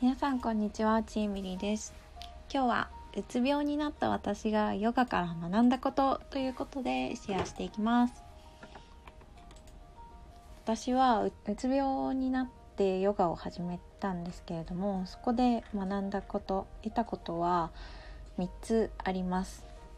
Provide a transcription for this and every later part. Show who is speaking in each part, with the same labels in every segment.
Speaker 1: 皆さんこんにちは、ちえみりです。今日はうつ病になった私がヨガから学んだことということでシェアしていきます。私はうつ病になってヨガを始めたんですけれども、そこで学んだこと、得たことは3つあります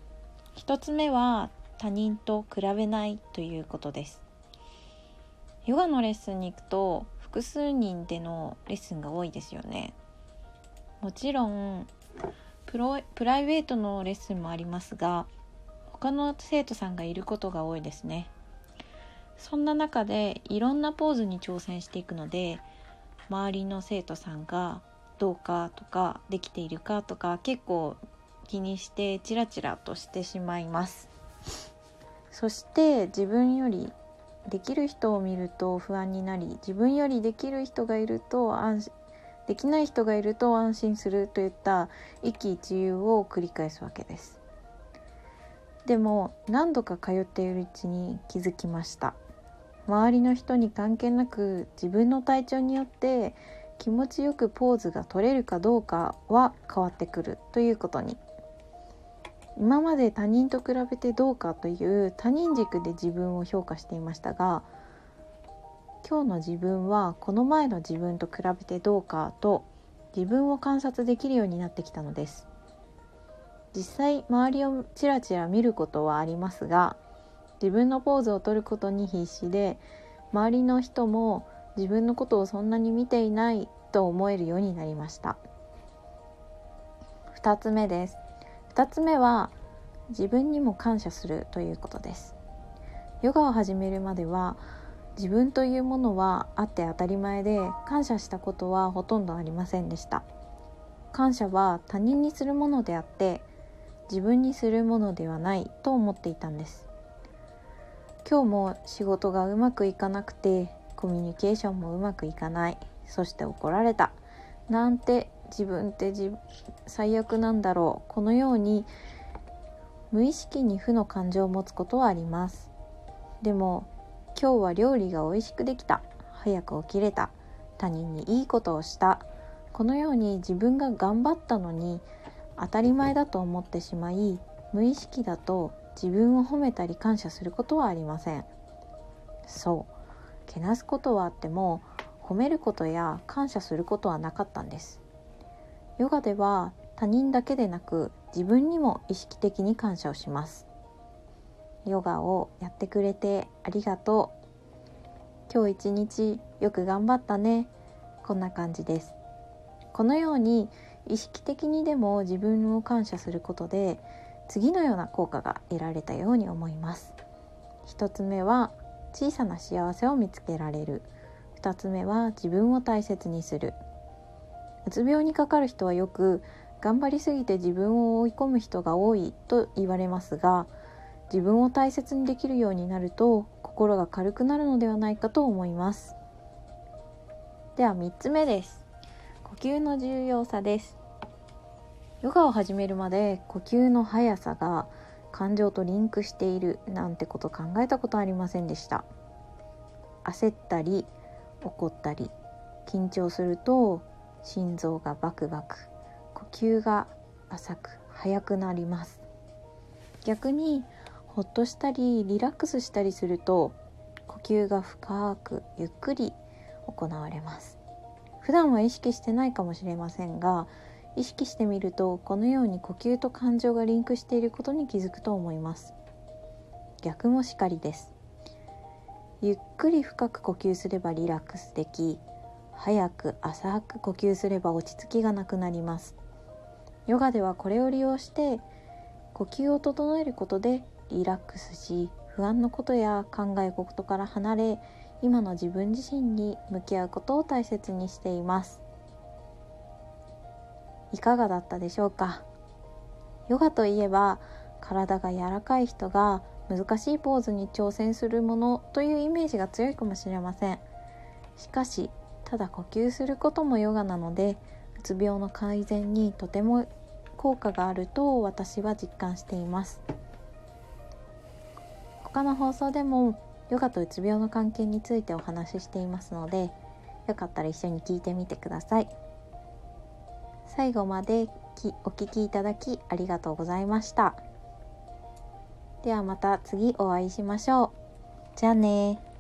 Speaker 1: 。1つ目は他人と比べないということです。ヨガのレッスンに行くと複数人でのレッスンが多いですよね。もちろんプライベートのレッスンもありますが、他の生徒さんがいることが多いですね。そんな中でいろんなポーズに挑戦していくので、周りの生徒さんがどうかとかできているかとか結構気にしてチラチラとしてしまいます。そして自分よりできる人を見ると不安になり、自分よりできる人がいるとできない人がいると安心するといった一喜一憂を繰り返すわけです。でも何度か通っているうちに気づきました。周りの人に関係なく自分の体調によって気持ちよくポーズが取れるかどうかは変わってくるということに。今まで他人と比べてどうかという他人軸で自分を評価していましたが、今日の自分はこの前の自分と比べてどうかと自分を観察できるようになってきたのです。実際周りをちらちら見ることはありますが、自分のポーズを取ることに必死で、周りの人も自分のことをそんなに見ていないと思えるようになりました。2つ目です。2つ目は自分にも感謝するということです。ヨガを始めるまでは自分というものはあって当たり前で、感謝したことはほとんどありませんでした。感謝は他人にするものであって自分にするものではないと思っていたんです。今日も仕事がうまくいかなくて、コミュニケーションもうまくいかない、そして怒られたなんて、自分って最悪なんだろう、このように無意識に負の感情を持つことはあります。でも今日は料理が美味しくできた、早く起きれた、他人にいいことをした、このように自分が頑張ったのに当たり前だと思ってしまい、無意識だと自分を褒めたり感謝することはありません。そう、けなすことはあっても褒めることや感謝することはなかったんです。ヨガでは他人だけでなく自分にも意識的に感謝をします。ヨガをやってくれてありがとう、今日一日よく頑張ったね、こんな感じです。このように意識的にでも自分を感謝することで次のような効果が得られたように思います。1つ目は小さな幸せを見つけられる。2つ目は自分を大切にする。うつ病にかかる人はよく頑張りすぎて自分を追い込む人が多いと言われますが、自分を大切にできるようになると心が軽くなるのではないかと思います。では3つ目です。呼吸の重要さです。ヨガを始めるまで呼吸の速さが感情とリンクしているなんてこと考えたことありませんでした。焦ったり怒ったり緊張すると心臓がバクバク、呼吸が浅く速くなります。逆にほっとしたりリラックスしたりすると呼吸が深くゆっくり行われます。普段は意識してないかもしれませんが、意識してみるとこのように呼吸と感情がリンクしていることに気づくと思います。逆もしかりです。ゆっくり深く呼吸すればリラックスでき、早く浅く呼吸すれば落ち着きがなくなります。ヨガではこれを利用して呼吸を整えることでリラックスし、不安のことや考え事から離れ、今の自分自身に向き合うことを大切にしています。いかがだったでしょうか。ヨガといえば体が柔らかい人が難しいポーズに挑戦するものというイメージが強いかもしれません。しかしただ呼吸することもヨガなので、うつ病の改善にとても効果があると私は実感しています。他の放送でもヨガとうつ病の関係についてお話ししていますので、よかったら一緒に聞いてみてください。 最後までお聞きいただきありがとうございました。ではまた次お会いしましょう。じゃあね。